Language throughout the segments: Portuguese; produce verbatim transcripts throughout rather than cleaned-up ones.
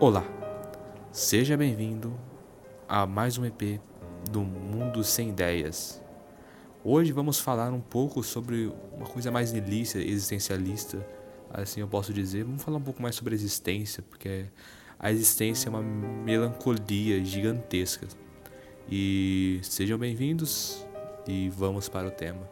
Olá, seja bem-vindo a mais um E P do Mundo Sem Ideias. Hoje vamos falar um pouco sobre uma coisa mais niilista, existencialista, assim eu posso dizer. Vamos falar um pouco mais sobre a existência, porque a existência é uma melancolia gigantesca. E sejam bem-vindos e vamos para o tema.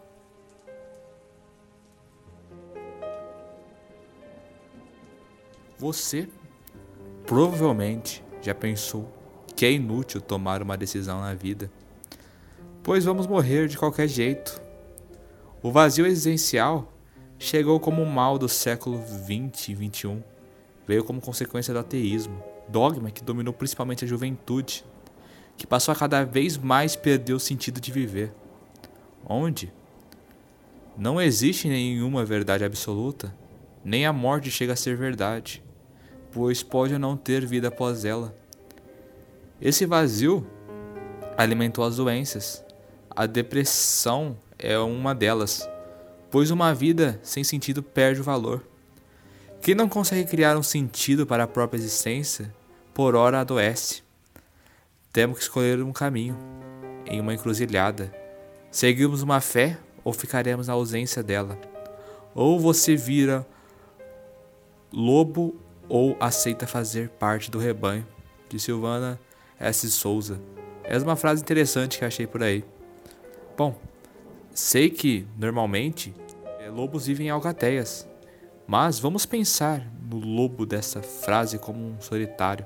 Você provavelmente já pensou que é inútil tomar uma decisão na vida, pois vamos morrer de qualquer jeito. O vazio existencial chegou como um mal do século vinte e vinte e um. Veio como consequência do ateísmo, dogma que dominou principalmente a juventude, que passou a cada vez mais perder o sentido de viver. Onde não existe nenhuma verdade absoluta, nem a morte chega a ser verdade, pois pode não ter vida após ela. Esse vazio alimentou as doenças. A depressão é uma delas, pois uma vida sem sentido perde o valor. Quem não consegue criar um sentido para a própria existência, por hora adoece. Temos que escolher um caminho, em uma encruzilhada. Seguimos uma fé ou ficaremos na ausência dela? Ou você vira lobo ou aceita fazer parte do rebanho, de Silvana S. Souza. Essa é uma frase interessante que achei por aí. Bom, sei que, normalmente, lobos vivem em alcateias, mas vamos pensar no lobo dessa frase como um solitário.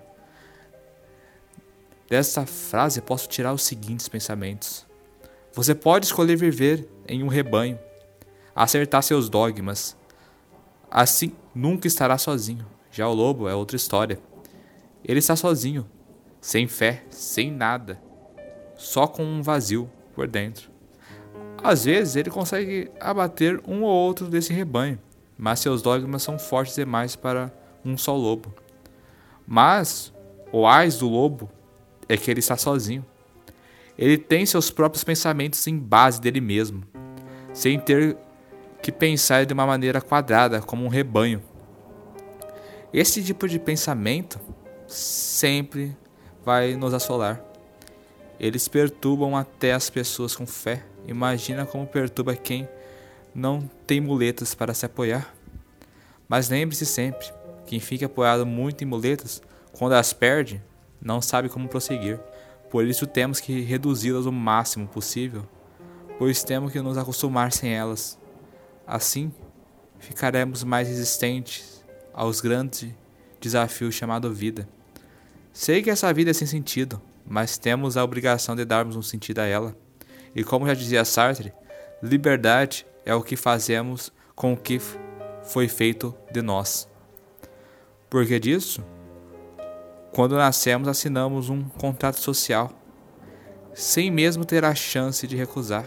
Dessa frase posso tirar os seguintes pensamentos. Você pode escolher viver em um rebanho, acertar seus dogmas. Assim, nunca estará sozinho. Já o lobo é outra história. Ele está sozinho, sem fé, sem nada, só com um vazio por dentro. Às vezes ele consegue abater um ou outro desse rebanho, mas seus dogmas são fortes demais para um só lobo. Mas o ais do lobo é que ele está sozinho. Ele tem seus próprios pensamentos em base dele mesmo, sem ter que pensar de uma maneira quadrada como um rebanho. Esse tipo de pensamento sempre vai nos assolar. Eles perturbam até as pessoas com fé. Imagina como perturba quem não tem muletas para se apoiar. Mas lembre-se sempre, quem fica apoiado muito em muletas, quando as perde, não sabe como prosseguir. Por isso temos que reduzi-las o máximo possível, pois temos que nos acostumar sem elas. Assim, ficaremos mais resistentes aos grandes desafios chamados vida. Sei que essa vida é sem sentido, mas temos a obrigação de darmos um sentido a ela. E como já dizia Sartre, liberdade é o que fazemos com o que foi feito de nós. Por que disso? Quando nascemos, assinamos um contrato social, sem mesmo ter a chance de recusar.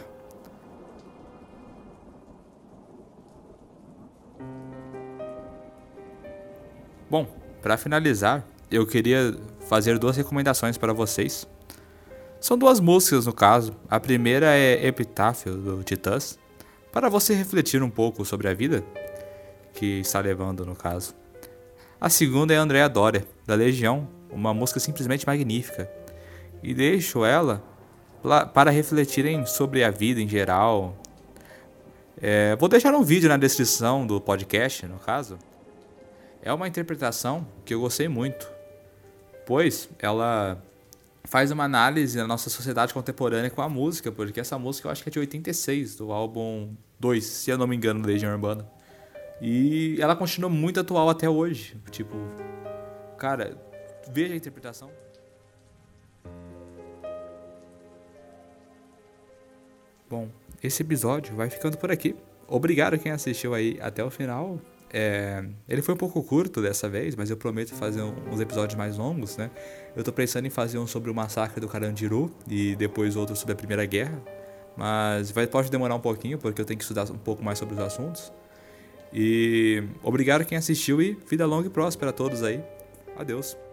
Bom, para finalizar, eu queria fazer duas recomendações para vocês. São duas músicas no caso. A primeira é Epitáfio, do Titãs, para você refletir um pouco sobre a vida que está levando no caso. A segunda é Andréa Doria, da Legião, uma música simplesmente magnífica. E deixo ela para refletirem sobre a vida em geral. É, vou deixar um vídeo na descrição do podcast, no caso. É uma interpretação que eu gostei muito, pois ela faz uma análise da nossa sociedade contemporânea com a música, porque essa música eu acho que é de oitenta e seis, do álbum dois, se eu não me engano, do Legião Urbana. E ela continua muito atual até hoje. Tipo, cara, veja a interpretação. Bom, esse episódio vai ficando por aqui. Obrigado a quem assistiu aí até o final. É, ele foi um pouco curto dessa vez, mas eu prometo fazer uns episódios mais longos, né? Eu tô pensando em fazer um sobre o massacre do Carandiru e depois outro sobre a Primeira Guerra, mas vai, pode demorar um pouquinho porque eu tenho que estudar um pouco mais sobre os assuntos. E obrigado a quem assistiu e vida longa e próspera a todos aí. Adeus.